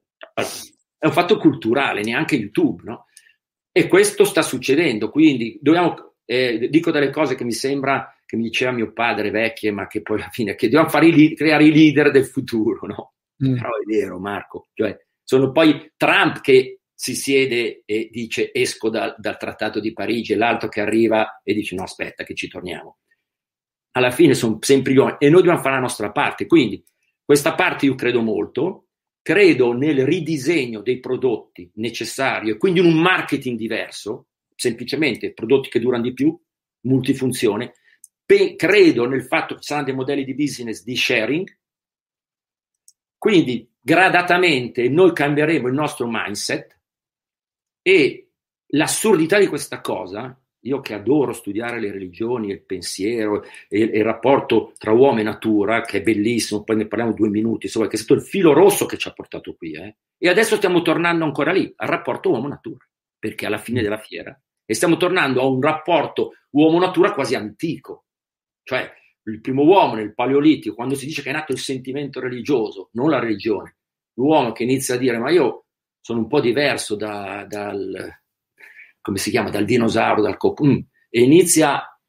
è un fatto culturale, neanche YouTube, no? E questo sta succedendo, quindi dobbiamo, eh, dico delle cose che mi sembra, che mi diceva mio padre, vecchie, ma che poi alla fine, che dobbiamo fare i, creare i leader del futuro, no? Mm. Però è vero, Marco, cioè, sono poi Trump che si siede e dice esco da, dal Trattato di Parigi, e l'altro che arriva e dice no, aspetta che ci torniamo. Alla fine sono sempre gli uomini e noi dobbiamo fare la nostra parte, quindi questa parte io credo molto, credo nel ridisegno dei prodotti necessari e quindi in un marketing diverso, semplicemente prodotti che durano di più, multifunzione, Pe- credo nel fatto che ci saranno dei modelli di business di sharing, quindi gradatamente noi cambieremo il nostro mindset, e l'assurdità di questa cosa, io che adoro studiare le religioni, il pensiero e, e il rapporto tra uomo e natura, che è bellissimo, poi ne parliamo due minuti, insomma, che è stato il filo rosso che ci ha portato qui, eh? E adesso stiamo tornando ancora lì, al rapporto uomo-natura, perché alla fine della fiera, e stiamo tornando a un rapporto uomo-natura quasi antico, cioè il primo uomo nel Paleolitico, quando si dice che è nato il sentimento religioso, non la religione, l'uomo che inizia a dire ma io sono un po' diverso da, dal, come si chiama, dal dinosauro, dal copo, mm, e inizia a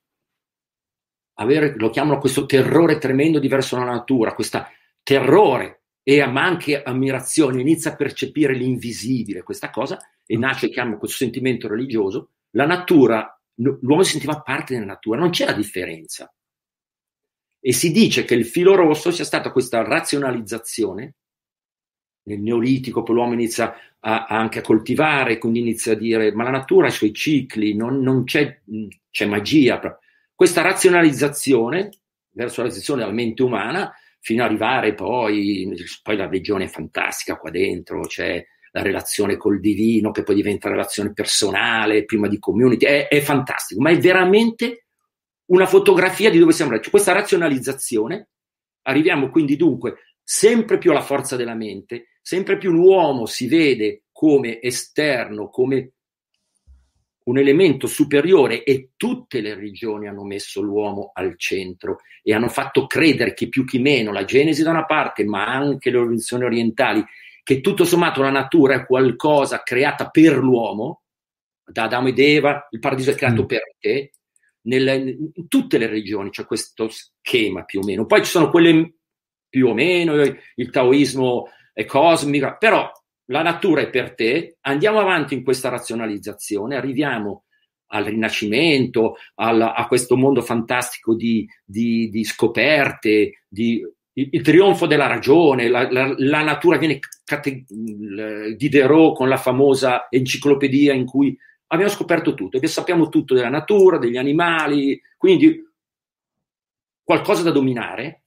avere, lo chiamano questo terrore tremendo diverso dalla natura, questo terrore, e ma anche ammirazione, inizia a percepire l'invisibile, questa cosa, e nasce, chiama questo sentimento religioso. La natura, l'uomo si sentiva parte della natura, non c'è la differenza. E si dice che il filo rosso sia stata questa razionalizzazione. Nel Neolitico poi l'uomo inizia a, a anche a coltivare, quindi inizia a dire ma la natura ha i suoi cicli, non, non c'è, c'è magia. Questa razionalizzazione verso la realizzazione della mente umana, fino ad arrivare poi, poi la religione è fantastica qua dentro, c'è la relazione col divino che poi diventa relazione personale, prima di community, è, è fantastico, ma è veramente una fotografia di dove siamo. Cioè, questa razionalizzazione, arriviamo quindi dunque sempre più alla forza della mente, sempre più l'uomo si vede come esterno, come un elemento superiore, e tutte le religioni hanno messo l'uomo al centro e hanno fatto credere chi più chi meno, la Genesi da una parte, ma anche le religioni orientali, che tutto sommato la natura è qualcosa creata per l'uomo, da Adamo ed Eva, il paradiso è creato mm. per te. Nelle, in tutte le religioni c'è questo schema più o meno, poi ci sono quelle più o meno, il taoismo è cosmica, però la natura è per te. Andiamo avanti in questa razionalizzazione, arriviamo al Rinascimento, al, a questo mondo fantastico di, di, di scoperte, di, il, il trionfo della ragione, la, la, la natura viene cate, Diderot con la famosa enciclopedia in cui abbiamo scoperto tutto, sappiamo tutto della natura, degli animali, quindi qualcosa da dominare.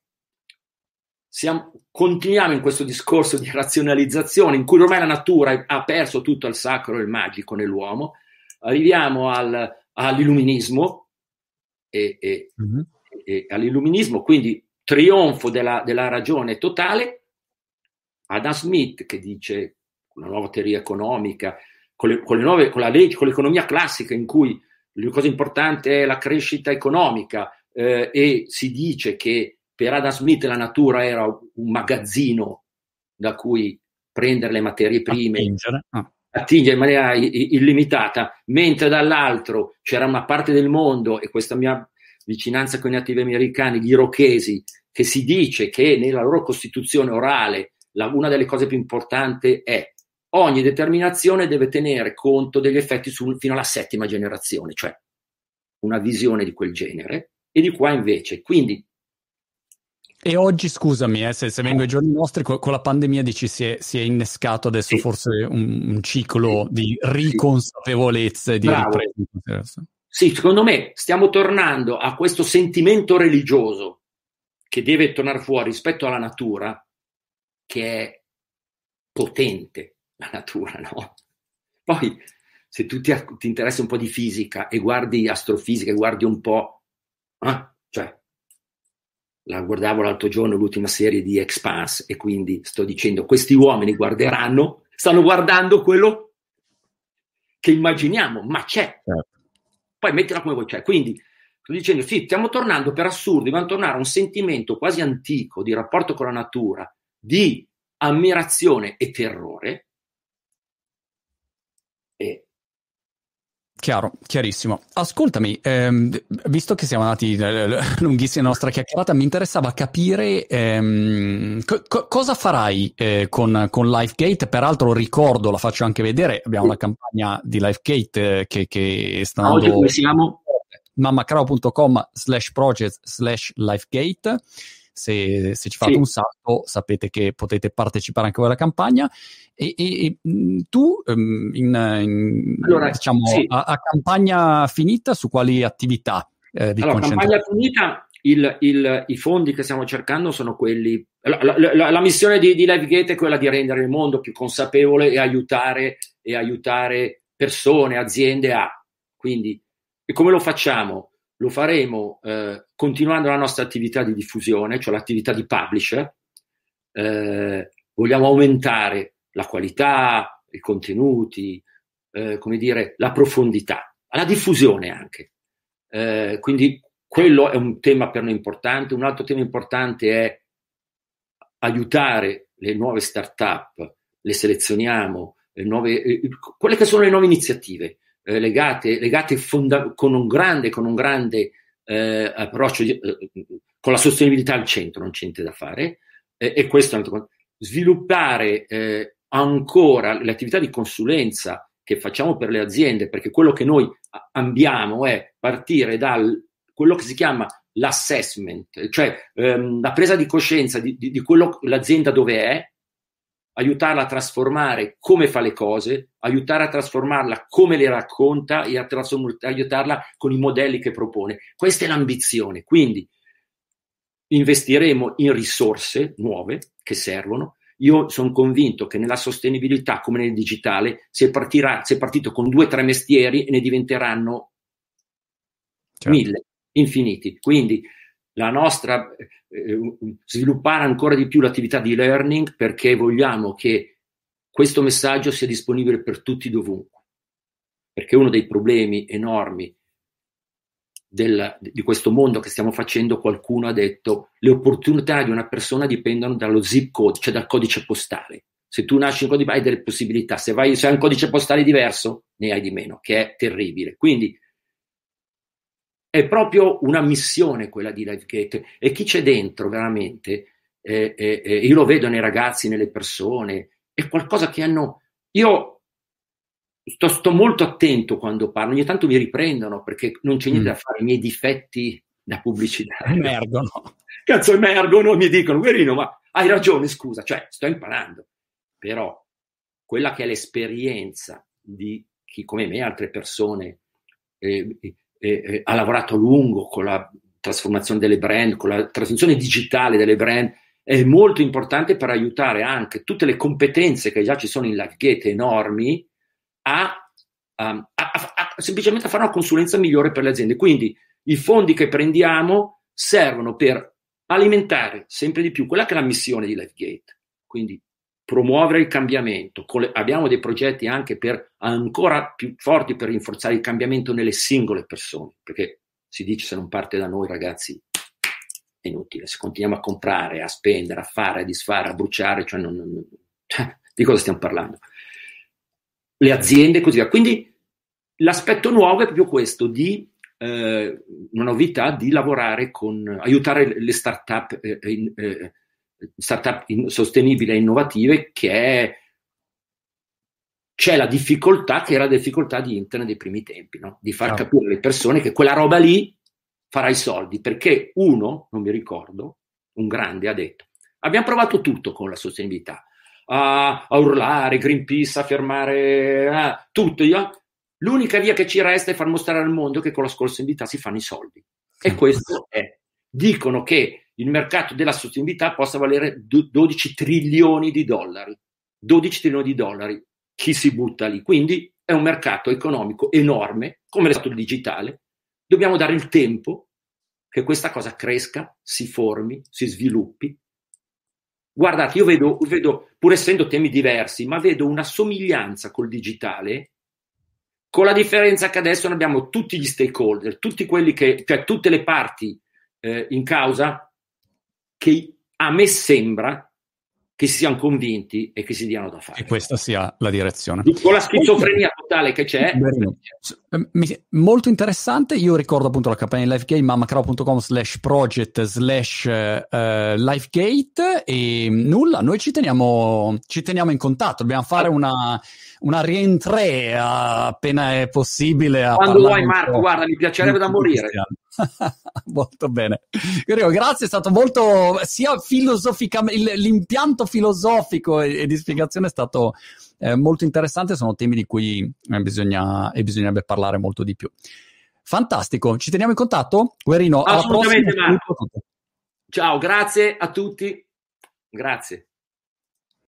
Siamo, continuiamo in questo discorso di razionalizzazione in cui ormai la natura ha perso tutto il sacro e il magico nell'uomo, arriviamo al, all'illuminismo e, e, mm-hmm. e all'illuminismo, quindi trionfo della, della ragione totale. Adam Smith che dice una nuova teoria economica con, le, con, le nuove, con la legge, con l'economia classica in cui la cosa importante è la crescita economica, eh, e si dice che per Adam Smith la natura era un magazzino da cui prendere le materie prime, attingere, ah. attingere in maniera illimitata, mentre dall'altro c'era una parte del mondo, e questa mia vicinanza con i nativi americani, gli irochesi, che si dice che nella loro costituzione orale la, una delle cose più importanti è ogni determinazione deve tenere conto degli effetti sul, fino alla settima generazione, cioè una visione di quel genere, e di qua invece, quindi E oggi, scusami, eh, se, se vengo ai giorni nostri, con, con la pandemia dici si è, si è innescato adesso Sì. forse un, un ciclo Sì. di riconsapevolezza e di Bravo. ripresa. Sì, secondo me stiamo tornando a questo sentimento religioso che deve tornare fuori rispetto alla natura, che è potente, la natura, no? Poi, se tu ti, ti interessi un po' di fisica e guardi astrofisica e guardi un po', eh, cioè, la guardavo l'altro giorno, l'ultima serie di Expanse, e quindi sto dicendo, questi uomini guarderanno, stanno guardando quello che immaginiamo, ma c'è. Certo. Poi mettila come vuoi, c'è. Quindi, sto dicendo, sì, stiamo tornando per assurdo, dobbiamo tornare a un sentimento quasi antico di rapporto con la natura, di ammirazione e terrore. E Chiaro, chiarissimo. Ascoltami, ehm, visto che siamo andati eh, lunghissima nostra chiacchierata, mi interessava capire ehm, co- co- cosa farai eh, con, con LifeGate. Peraltro ricordo, la faccio anche vedere, abbiamo la campagna di LifeGate eh, che, che sta andando... Oggi come siamo? mammacrao.com slash project slash LifeGate. Se, se ci fate Sì. un salto sapete che potete partecipare anche voi alla campagna e, e, e tu in, in, allora, diciamo sì. a, a campagna finita su quali attività eh, vi allora, concentrate? Campagna finita, il, il, i fondi che stiamo cercando sono quelli, la, la, la, la missione di, di LifeGate è quella di rendere il mondo più consapevole e aiutare, e aiutare persone, aziende a, quindi, e come lo facciamo? Lo faremo eh, continuando la nostra attività di diffusione, cioè l'attività di publisher. Eh, vogliamo aumentare la qualità, i contenuti, eh, come dire, la profondità, la diffusione anche. Eh, quindi quello è un tema per noi importante. Un altro tema importante è aiutare le nuove start-up, le selezioniamo, le nuove, eh, quelle che sono le nuove iniziative. Eh, legate, legate fonda- con un grande, con un grande eh, approccio, di, eh, con la sostenibilità al centro, non c'è niente da fare, eh, e questo è un altro. Sviluppare eh, ancora le attività di consulenza che facciamo per le aziende, perché quello che noi abbiamo è partire dal quello che si chiama l'assessment, cioè ehm, la presa di coscienza di, di, di quello l'azienda dove è, aiutarla a trasformare come fa le cose, aiutare a trasformarla come le racconta e a aiutarla con i modelli che propone. Questa è l'ambizione. Quindi investiremo in risorse nuove che servono. Io sono convinto che nella sostenibilità come nel digitale si è, partirà, si è partito con due o tre mestieri e ne diventeranno certo. mille, infiniti. Quindi la nostra eh, sviluppare ancora di più l'attività di learning, perché vogliamo che questo messaggio sia disponibile per tutti dovunque, perché uno dei problemi enormi del, di questo mondo che stiamo facendo, qualcuno ha detto, le opportunità di una persona dipendono dallo zip code, cioè dal codice postale. Se tu nasci in codice hai delle possibilità, se, vai, se hai un codice postale diverso ne hai di meno, che è terribile. Quindi è proprio una missione quella di LifeGate, e chi c'è dentro veramente, eh, eh, eh, io lo vedo nei ragazzi, nelle persone, è qualcosa che hanno... Io sto, sto molto attento quando parlo, ogni tanto mi riprendono perché non c'è niente mm. da fare, i miei difetti da pubblicità emergono. Cazzo, emergono, mi dicono, Guerino, ma hai ragione, scusa, cioè sto imparando, però quella che è l'esperienza di chi come me e altre persone eh, Eh, eh, ha lavorato a lungo con la trasformazione delle brand, con la transizione digitale delle brand, è molto importante per aiutare anche tutte le competenze che già ci sono in LifeGate enormi a, a, a, a, a semplicemente a fare una consulenza migliore per le aziende. Quindi i fondi che prendiamo servono per alimentare sempre di più quella che è la missione di LifeGate, quindi promuovere il cambiamento. Le, abbiamo dei progetti anche per ancora più forti per rinforzare il cambiamento nelle singole persone, perché si dice se non parte da noi, ragazzi, è inutile. Se continuiamo a comprare, a spendere, a fare, a disfare, a bruciare, cioè, non, non, cioè di cosa stiamo parlando? Le aziende e così via. Quindi l'aspetto nuovo è proprio questo, di eh, una novità di lavorare con, aiutare le start-up eh, in, eh, startup sostenibili e innovative, che è, c'è la difficoltà che era la difficoltà di internet dei primi tempi, no? Di far capire alle persone che quella roba lì farà i soldi, perché uno, non mi ricordo, un grande, ha detto: abbiamo provato tutto con la sostenibilità, a, a urlare, Greenpeace, a fermare ah, tutto. Io, l'unica via che ci resta è far mostrare al mondo che con la sostenibilità si fanno i soldi. E questo è. Dicono che il mercato della sostenibilità possa valere dodici trilioni di dollari. dodici trilioni di dollari. Chi si butta lì? Quindi è un mercato economico enorme, come l'esatto digitale. Dobbiamo dare il tempo che questa cosa cresca, si formi, si sviluppi. Guardate, io vedo, vedo, pur essendo temi diversi, ma vedo una somiglianza col digitale, con la differenza che adesso abbiamo tutti gli stakeholder, tutti quelli che, cioè tutte le parti eh, in causa, che a me sembra che si siano convinti e che si diano da fare. E questa sia la direzione. Con la schizofrenia totale che c'è. Molto interessante. Io ricordo appunto la campagna di LifeGate, mammacrao.com slash project slash LifeGate, e nulla, noi ci teniamo, ci teniamo in contatto. Dobbiamo fare una, una rientrée appena è possibile. Quando vuoi, Marco, guarda, mi piacerebbe da morire. Molto bene, grazie, è stato molto sia filosoficamente, l'impianto filosofico e, e di spiegazione è stato eh, molto interessante. Sono temi di cui eh, bisogna e bisognerebbe parlare molto di più. Fantastico, ci teniamo in contatto, Guerrino. Assolutamente, alla prossima. Marco. Ciao, grazie a tutti, grazie.